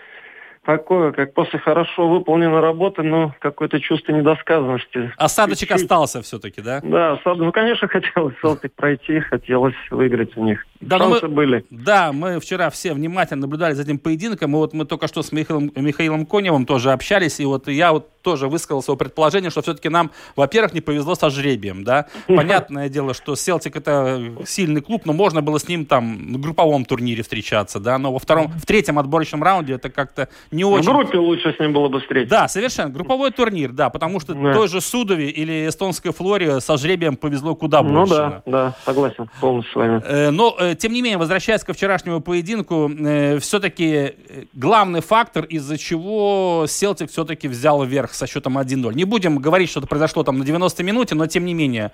такое, как после хорошо выполненной работы, но какое-то чувство недосказанности. Осадочек Чуть-чуть. остался все-таки, да? Да, осадок. Ну, конечно, хотелось Селтик пройти, хотелось выиграть у них. Да, Шансы мы, были. Да, мы вчера все внимательно наблюдали за этим поединком, и вот мы только что с Михаилом, Михаилом Коневым тоже общались, и вот я вот тоже высказал свое предположение, что все-таки нам, во-первых, не повезло со жребием, да. Понятное дело, что Селтик это сильный клуб, но можно было с ним там на групповом турнире встречаться, да, но во втором, в третьем отборочном раунде это как-то не очень... В группе лучше с ним было бы встретиться. Да, совершенно. Групповой турнир, да, потому что да. той же Судове или эстонской Флоре со жребием повезло куда ну, больше. Ну да, да, согласен полностью с вами. Э, но, э, тем не менее, возвращаясь ко вчерашнему поединку, э, все-таки главный фактор, из-за чего Селтик все-таки взял вверх со счетом один ноль. Не будем говорить, что это произошло там на девяностой минуте, но тем не менее.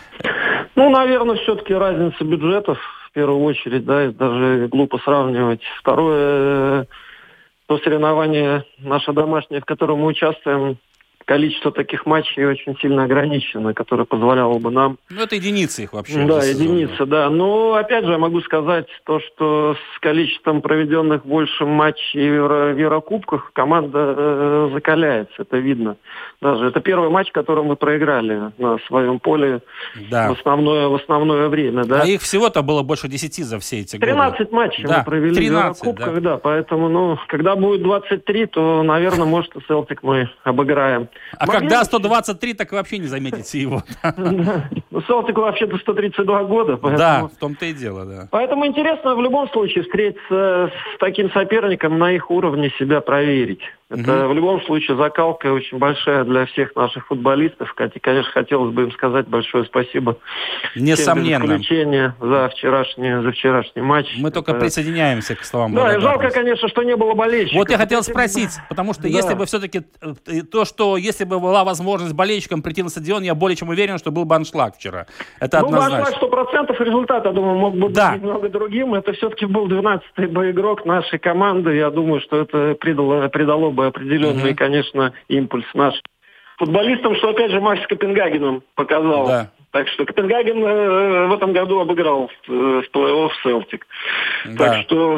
Ну, наверное, все-таки разница бюджетов в первую очередь, да, даже глупо сравнивать. Второе, то соревнование наше домашнее, в котором мы участвуем, количество таких матчей очень сильно ограничено, которое позволяло бы нам... Ну, это единицы их вообще. Да, единицы, да. Но, опять же, я могу сказать то, что с количеством проведенных больше матчей в, Евро- в Еврокубках команда э, закаляется, это видно. Даже это первый матч, который мы проиграли на своем поле да. в, основное, в основное время. Да. А их всего-то было больше десяти за все эти годы. тринадцать матчей да, мы провели тринадцать, в Еврокубках, да. да. Поэтому, ну, когда будет двадцать три, то, наверное, может, и Селтик мы обыграем. А Могли когда сто двадцать три, так вообще не заметите его. Ну, Селтику вообще-то сто тридцать два года. Да, в том-то и дело, да. Поэтому интересно в любом случае встретиться с таким соперником, на их уровне себя проверить. Это mm-hmm. в любом случае закалка очень большая для всех наших футболистов. И, конечно, хотелось бы им сказать большое спасибо. Несомненно. Без исключения за вчерашний, за вчерашний матч. Мы это... только присоединяемся к словам. Да, и жалко, конечно, что не было болельщиков. Вот я хотел спросить, потому что да. если бы все-таки то, что если бы была возможность болельщикам прийти на стадион, я более чем уверен, что был бы аншлаг вчера. Это ну, однозначно. аншлаг сто процентов, результат, я думаю, мог бы да. быть немного другим. Это все-таки был двенадцатый боеигрок нашей команды. Я думаю, что это придало, придало бы определенный, mm-hmm. конечно, импульс нашим футболистам, что, опять же, матч с Копенгагеном показал. Да. Так что Копенгаген э, в этом году обыграл э, в плей-офф Селтик. Да. Так что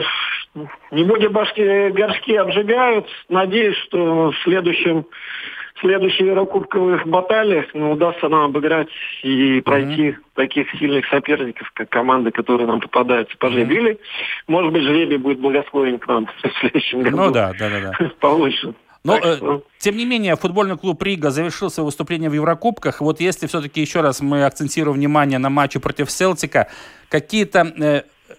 не будем башки, горшки обжигают. Надеюсь, что в следующем в следующих еврокубковых баталиях ну, удастся нам обыграть и пройти mm-hmm. таких сильных соперников, как команды, которые нам попадаются по жребию. Или, может быть, жребий будет благосклонен к нам в следующем году. Ну да, да, да. да. Получше. Но, э, тем не менее, футбольный клуб Рига завершил свое выступление в Еврокубках. Вот если все-таки еще раз мы акцентируем внимание на матче против Селтика, какие-то э,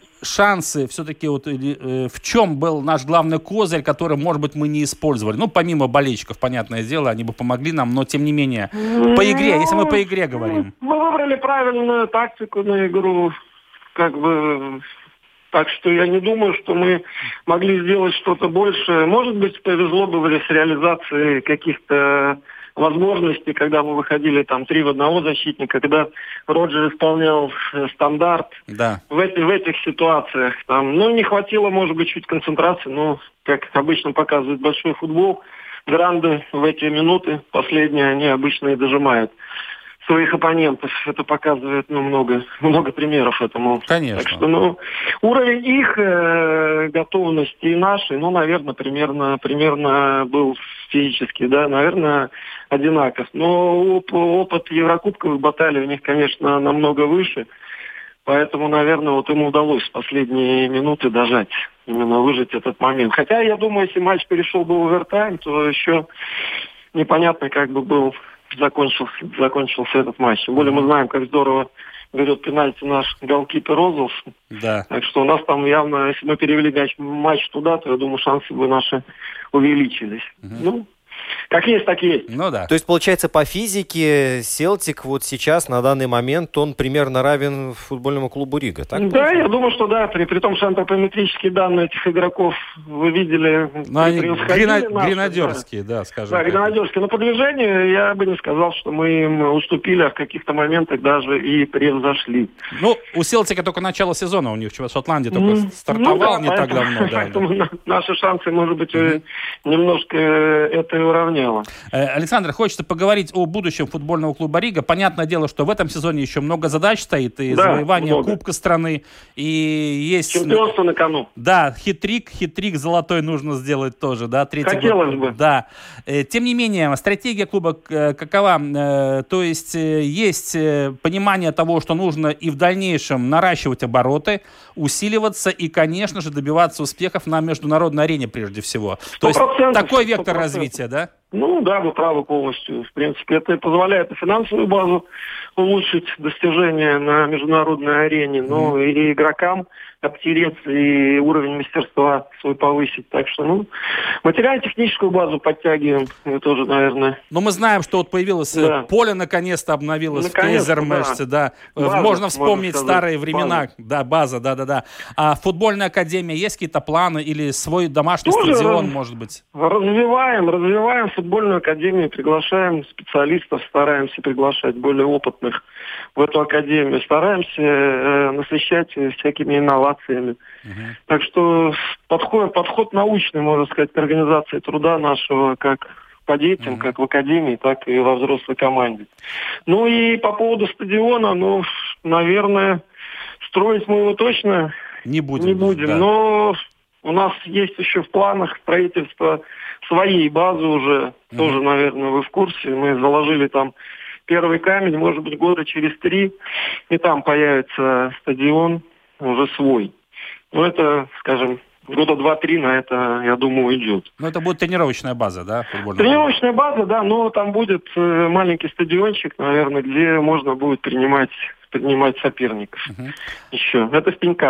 шансы все-таки, вот, э, в чем был наш главный козырь, который, может быть, мы не использовали? Ну, помимо болельщиков, понятное дело, они бы помогли нам, но тем не менее, по игре, если мы по игре говорим. Мы выбрали правильную тактику на игру, как бы... Так что я не думаю, что мы могли сделать что-то большее. Может быть, повезло бы с реализацией каких-то возможностей, когда мы выходили там три в одного защитника, когда Роджер исполнял стандарт. Да. В, эти, в этих ситуациях. Там, ну, не хватило, может быть, чуть концентрации, но, как обычно показывает большой футбол, гранды в эти минуты последние, они обычно и дожимают своих оппонентов. Это показывает ну, много, много примеров этому. Конечно. Так что, ну, уровень их э, готовности и нашей, ну, наверное, примерно, примерно был физически, да, наверное, одинаков. Но оп- опыт еврокубковых баталий у них, конечно, намного выше. Поэтому, наверное, вот им удалось в последние минуты дожать, именно выжить этот момент. Хотя, я думаю, если матч перешел бы в овертайм, то еще непонятно, как бы был закончился, закончился этот матч. Тем более мы знаем, как здорово берет пенальти наш голкипер Розелс. Да. Так что у нас там явно, если мы перевели мяч, матч туда, то я думаю, шансы бы наши увеличились. Угу. Ну, как есть, так и есть. Ну да. То есть, получается, по физике Селтик вот сейчас, на данный момент, он примерно равен футбольному клубу Рига, так? Да, получается? Я думаю, что да. При, при том, что антропометрические данные этих игроков вы видели. Ну, они грена... гренадерские, да, да скажем Да, так. гренадерские. Но по движению я бы не сказал, что мы им уступили, а в каких-то моментах даже и превзошли. Ну, у Селтика только начало сезона, у них в Шотландии только mm. стартовал ну, да, не поэтому, так давно. Да, поэтому да. Наши шансы, может быть, mm-hmm. немножко это уравняло. Александр, хочется поговорить о будущем футбольного клуба Рига. Понятное дело, что в этом сезоне еще много задач стоит. И да, завоевание много. Кубка страны. И есть... Чемпионство на кону. Да, хитрик, хитрик золотой нужно сделать тоже. Да, третий Хотелось год. бы. Да. Тем не менее, стратегия клуба какова? То есть есть понимание того, что нужно и в дальнейшем наращивать обороты, усиливаться и, конечно же, добиваться успехов на международной арене прежде всего. То есть такой вектор сто процентов развития, да? Ну да, вы правы полностью. В принципе, это позволяет и финансовую базу улучшить, достижения на международной арене, но mm. и игрокам обтереться, и уровень мастерства свой повысить. Так что, ну, материально-техническую базу подтягиваем. Мы тоже, наверное... Но мы знаем, что вот появилось да. поле, наконец-то обновилось наконец-то, в Кейзермешце, да. да. База, можно вспомнить можно старые времена. База. Да, база, да-да-да. А футбольная академия, есть какие-то планы или свой домашний тоже стадион, раз... может быть? Развиваем, развиваем футбольную академию, приглашаем специалистов, стараемся приглашать более опытных в эту академию, стараемся э, насыщать всякими инновациями. Uh-huh. Так что подход, подход научный, можно сказать, к организации труда нашего, как по детям, uh-huh. как в академии, так и во взрослой команде. Ну и по поводу стадиона, ну, наверное, строить мы его точно не будем. Не будем, да. Но у нас есть еще в планах строительство своей базы уже, uh-huh. тоже, наверное, вы в курсе. Мы заложили там первый камень, может быть, года через три, и там появится стадион уже свой. Ну, это, скажем, года два-три на это, я думаю, идет. Ну, это будет тренировочная база, да? Тренировочная база, да, но там будет маленький стадиончик, наверное, где можно будет принимать, принимать соперников. Uh-huh. Еще. Это в Пеньках.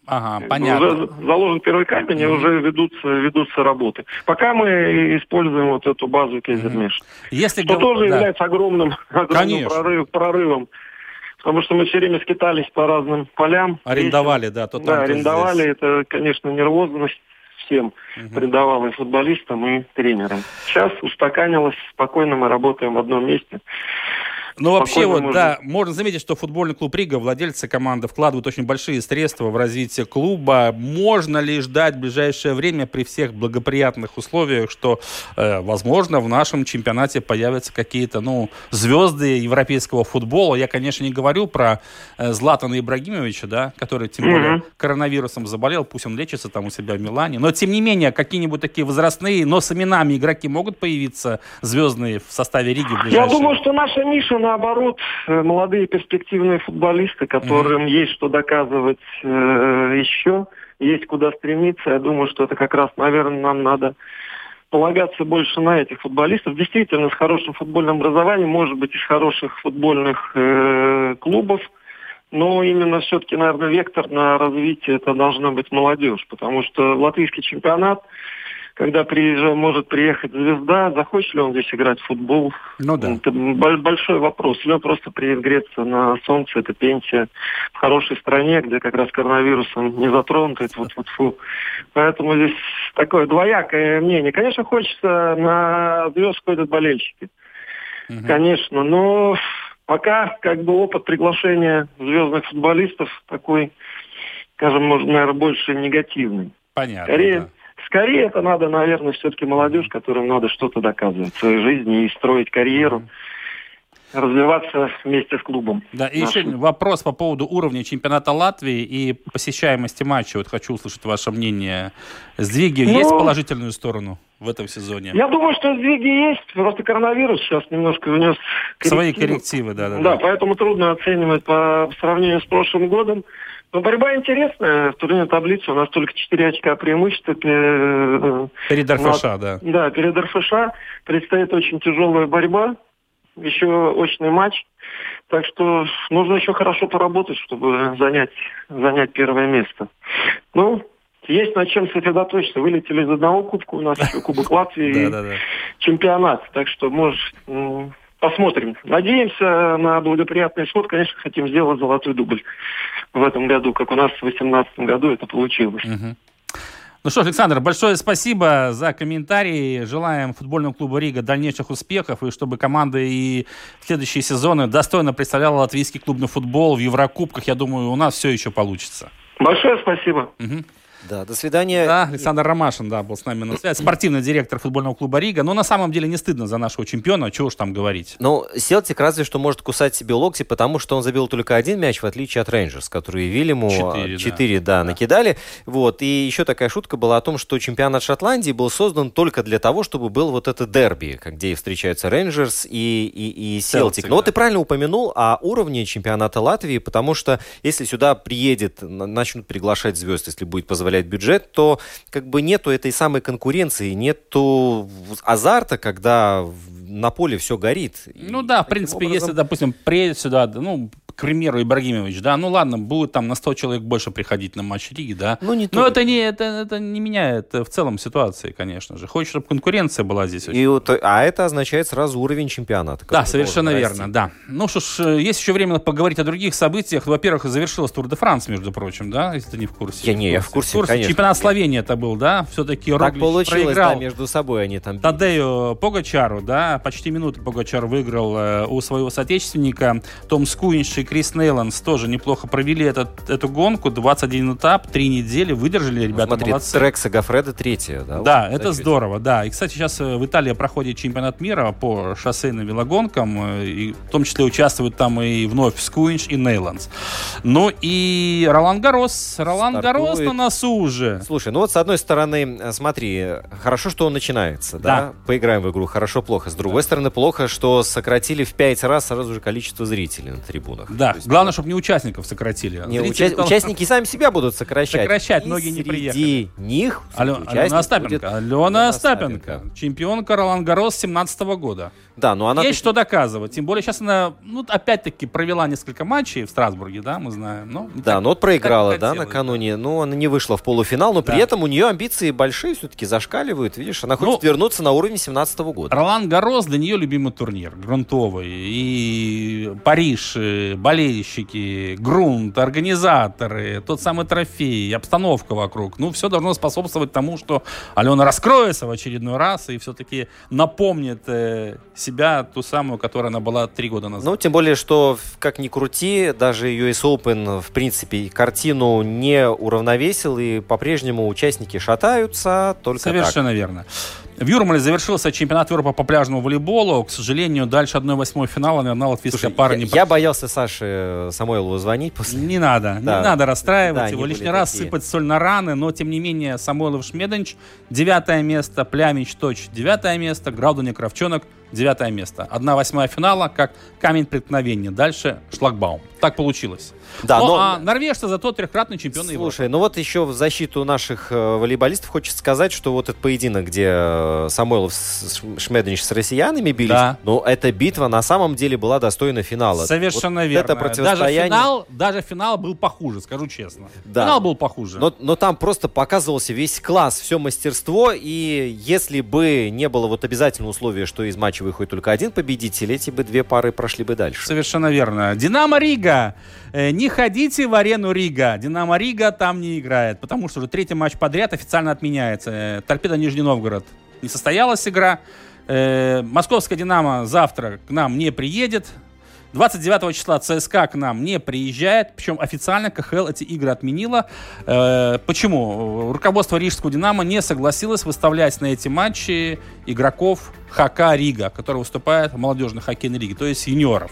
Ага, понятно. Уже заложен первый камень, mm-hmm. и уже ведутся, ведутся работы. Пока мы используем вот эту базу Кейзермеш. Если что гов... тоже да. является огромным, огромным прорыв, прорывом. Потому что мы все время скитались по разным полям. Арендовали, Есть, да, то там, Да, то арендовали. здесь. Это, конечно, нервозность всем угу. придавала и футболистам, и тренерам. Сейчас устаканилось, спокойно мы работаем в одном месте. Ну, вообще, вот, можно... да, можно заметить, что футбольный клуб Рига, владельцы команды, вкладывают очень большие средства в развитие клуба. Можно ли ждать в ближайшее время при всех благоприятных условиях, что, э, возможно, в нашем чемпионате появятся какие-то, ну, звезды европейского футбола? Я, конечно, не говорю про э, Златана Ибрагимовича, да, который, тем более, mm-hmm. коронавирусом заболел, пусть он лечится там у себя в Милане. Но, тем не менее, какие-нибудь такие возрастные, но с именами игроки могут появиться звездные в составе Риги в ближайшее время? Я думаю, что наша ниша, наоборот, молодые перспективные футболисты, которым mm-hmm. есть что доказывать э, еще, есть куда стремиться. Я думаю, что это как раз, наверное, нам надо полагаться больше на этих футболистов. Действительно, с хорошим футбольным образованием, может быть, из хороших футбольных э, клубов, но именно все-таки, наверное, вектор на развитие это должна быть молодежь, потому что латвийский чемпионат, когда приезжает, может приехать звезда, захочет ли он здесь играть в футбол? Ну да. Это большой вопрос. Или он просто приедет греться на солнце, это пенсия в хорошей стране, где как раз коронавирусом не затронут, это вот фу. Поэтому здесь такое двоякое мнение. Конечно, хочется на звезд ходят болельщики. Угу. Конечно, но пока как бы опыт приглашения звездных футболистов такой, скажем, может, наверное, больше негативный. Понятно. Скорее, да. Скорее это надо, наверное, все-таки молодежь, которым надо что-то доказывать в своей жизни и строить карьеру, развиваться вместе с клубом. Да, и еще вопрос по поводу уровня чемпионата Латвии и посещаемости матча. Вот хочу услышать ваше мнение. Сдвиги ну, есть в положительную сторону в этом сезоне? Я думаю, что сдвиги есть. Просто коронавирус сейчас немножко внес коррективы. Свои коррективы, да, да. Да, да, поэтому трудно оценивать по сравнению с прошлым годом. Но борьба интересная. В турнирной таблице у нас только четыре очка преимущества. Перед РФШ, нас, да. Да, перед РФШ. Предстоит очень тяжелая борьба. Еще очный матч. Так что нужно еще хорошо поработать, чтобы занять, занять первое место. Ну, есть над чем сосредоточиться. Вылетели из одного кубка, у нас еще Кубок Латвии и чемпионат. Так что, может... Посмотрим. Надеемся на благоприятный исход. Конечно, хотим сделать золотой дубль в этом году, как у нас в две тысячи восемнадцатом году это получилось. Угу. Ну что ж, Александр, большое спасибо за комментарии. Желаем футбольному клубу Рига дальнейших успехов, и чтобы команда и в следующие сезоны достойно представляла латвийский клубный футбол в Еврокубках. Я думаю, у нас все еще получится. Большое спасибо. Угу. Да, до свидания. Да, Александр Ромашин, да, был с нами на связи. Спортивный директор футбольного клуба Рига. Но на самом деле не стыдно за нашего чемпиона, чего уж там говорить. Ну, Селтик разве что может кусать себе локти, потому что он забил только один мяч, в отличие от Рейнджерс, которые Вильяму четыре, да, да, да, накидали. Вот. И еще такая шутка была о том, что чемпионат Шотландии был создан только для того, чтобы был вот это дерби, где встречаются Рейнджерс и, и, и Селтик. Но да. Вот ты правильно упомянул о уровне чемпионата Латвии, потому что если сюда приедет, начнут приглашать звезд, если будет позволять бюджет, то как бы нету этой самой конкуренции, нету азарта, когда на поле все горит. Ну да, в принципе, образом... если, допустим, приедет сюда, ну, к примеру, Ибрагимович, да, ну ладно, будет там на сто человек больше приходить на матч Риги, да, ну, не но это не, это, это не меняет в целом ситуации, конечно же. Хочешь, чтобы конкуренция была здесь. И вот, а это означает сразу уровень чемпионата. Да, совершенно верно, да. Ну что ж, есть еще время поговорить о других событиях. Во-первых, завершилась Тур де Франс, между прочим, да, если ты не в курсе. Я не, я в курсе, в курсе, конечно. Чемпионат Словении это был, да, все-таки так Роглич получилось, проиграл. Да, между собой они там... Тадею Погачару, да, почти минуту Погачар выиграл э, у своего соотечественника. Том Скуинш и Крис Нейландс тоже неплохо провели этот, эту гонку. двадцать один этап, три недели. Выдержали, ребята, ну, смотри, молодцы. Трек Сагафреда третья, да? Да, вот, это здорово, да. И, кстати, сейчас в Италии проходит чемпионат мира по шоссейным велогонкам. И в том числе участвуют там и вновь Скуинш и Нейландс. Ну и Ролан Гаррос. Ролан Гаррос на носу уже. Слушай, ну вот с одной стороны, смотри, хорошо, что он начинается, да? да? Поиграем в игру, хорошо-плохо. С другой да. стороны, плохо, что сократили в пять раз сразу же количество зрителей на трибунах. Да, есть, главное, чтобы не участников сократили. Не, уча- того, участники сами себя будут сокращать. Сокращать, и многие не приехали. Среди них Алё, Алена Остапенко. Алена Остапенко. Чемпионка Ролан-Гаррос семнадцатого года. Да, но она... Есть что доказывать. Тем более сейчас она, ну, опять-таки, провела несколько матчей в Страсбурге, да, мы знаем. Но да, так, но вот проиграла, да, хотелось, накануне. Да. Ну, она не вышла в полуфинал, но да. при этом у нее амбиции большие все-таки зашкаливают. Видишь, она хочет ну, вернуться на уровень семнадцатого года. Ролан-Гаррос для нее любимый турнир. Грунтовый. И Париж, болельщики, грунт, организаторы, тот самый трофей, обстановка вокруг. Ну, все должно способствовать тому, что Алена раскроется в очередной раз и все-таки напомнит э, себя, ту самую, которая она была три года назад. Ну, тем более, что, как ни крути, даже ю эс Open, в принципе, картину не уравновесил, и по-прежнему участники шатаются, только Совершенно так. верно. В Юрмале завершился чемпионат Европы по пляжному волейболу. К сожалению, дальше одна восьмая финала, наверное, латвийская пара я, не... Я боялся Саше Самойлову звонить после... Не надо, да. не надо расстраивать да, его, лишний раз такие. Сыпать соль на раны, но, тем не менее, Самойлов-Шмеденч, девятое место, Плямич-Точ, девятое место, Граудоне-Кравчонок, девятое место. Одна восьмая финала, как камень преткновения. Дальше шлагбаум. Так получилось. Да, ну, но... а норвежцы зато трехкратный чемпион Европы. Слушай, ну вот еще в защиту наших э, волейболистов хочется сказать, что вот этот поединок, где э, Самойлов с Шмеденич с россиянами бились, да. но эта битва на самом деле была достойна финала. Совершенно вот верно. Это противостояние... даже, финал, даже финал был похуже, скажу честно. Да. Финал был похуже. Но, но там просто показывался весь класс, все мастерство, и если бы не было вот обязательного условия, что из матча выходит только один победитель, эти бы две пары прошли бы дальше. Совершенно верно. Динамо Рига. Не ходите в арену Рига. Динамо Рига там не играет, потому что уже третий матч подряд официально отменяется. Торпедо Нижний Новгород. Не состоялась игра. Московская Динамо завтра к нам не приедет. двадцать девятого числа ЦСКА к нам не приезжает, причем официально ка ха эл эти игры отменила. Э, почему? Руководство Рижского Динамо не согласилось выставлять на эти матчи игроков ха ка Рига, которые выступают в молодежной хоккейной лиге, то есть юниоров.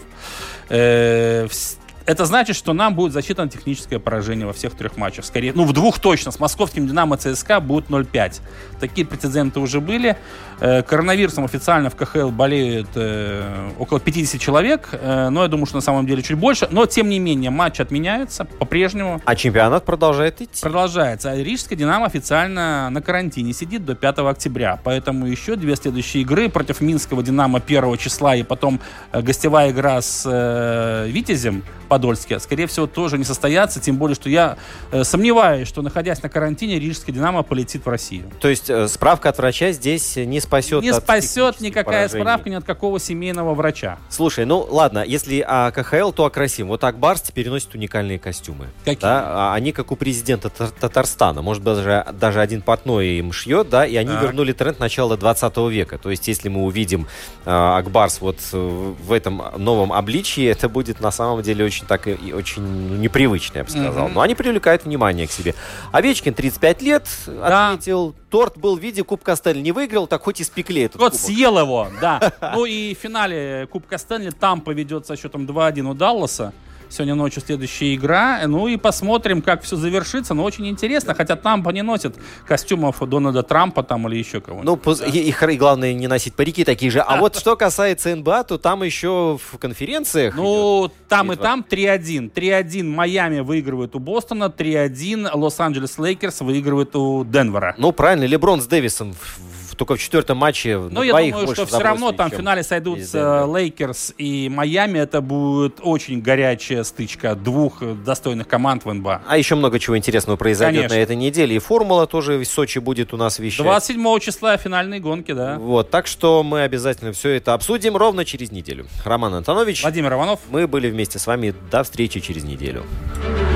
Э, Это значит, что нам будет засчитано техническое поражение во всех трех матчах. Скорее, ну, в двух точно. С московским «Динамо» ЦСКА будет ноль пять. Такие прецеденты уже были. Э, коронавирусом официально в ка ха эл болеют э, около пятьдесят человек. Э, но я думаю, что на самом деле чуть больше. Но, тем не менее, матч отменяется по-прежнему. А чемпионат продолжает идти? Продолжается. А Рижская «Динамо» официально на карантине сидит до пятого октября. Поэтому еще две следующие игры против Минского «Динамо» первого числа и потом э, гостевая игра с э, «Витязем» Подольске, скорее всего, тоже не состоятся, тем более, что я э, сомневаюсь, что, находясь на карантине, Рижская «Динамо» полетит в Россию. То есть э, справка от врача здесь не спасет? Не от спасет никакая поражений. Справка ни от какого семейного врача. Слушай, ну ладно, если о ка ха эл, то о красивом. Вот Акбарс теперь носит уникальные костюмы. Какие? Да? Они как у президента Татарстана. Может, даже, даже один портной им шьет, да, и они так. вернули тренд начала двадцатого века. То есть, если мы увидим э, Акбарс вот в этом новом обличии, это будет на самом деле очень так и очень непривычно, я бы сказал. Mm-hmm. Но они привлекают внимание к себе. Овечкин тридцать пять лет да. отметил. Торт был в виде Кубка Стэнли. Не выиграл, так хоть испекли этот Вот кубок. Съел его, да. Ну и в финале Кубка Стэнли Тампа ведет со счетом два один у Далласа. Сегодня ночью следующая игра. Ну и посмотрим, как все завершится. Но очень интересно, хотя Тампа не носит костюмов Дональда Трампа там или еще кого-нибудь. Ну, да. и, и, и главное, не носить парики такие же. А вот что касается эн бэ а, то там еще в конференциях... Ну, идет там битва. И там три один. три один Майами выигрывает у Бостона, три один Лос-Анджелес Лейкерс выигрывает у Денвера. Ну, правильно, Леброн с Дэвисом только в четвертом матче. Ну, я думаю, что все равно там в финале сойдутся Лейкерс и Майами. Это будет очень горячая стычка двух достойных команд в эн бэ а. А еще много чего интересного произойдет Конечно. на этой неделе. И формула тоже в Сочи будет у нас вещать. двадцать седьмого числа финальные гонки, да. Вот, так что мы обязательно все это обсудим ровно через неделю. Роман Антонович. Владимир Иванов. Мы были вместе с вами. До встречи через неделю.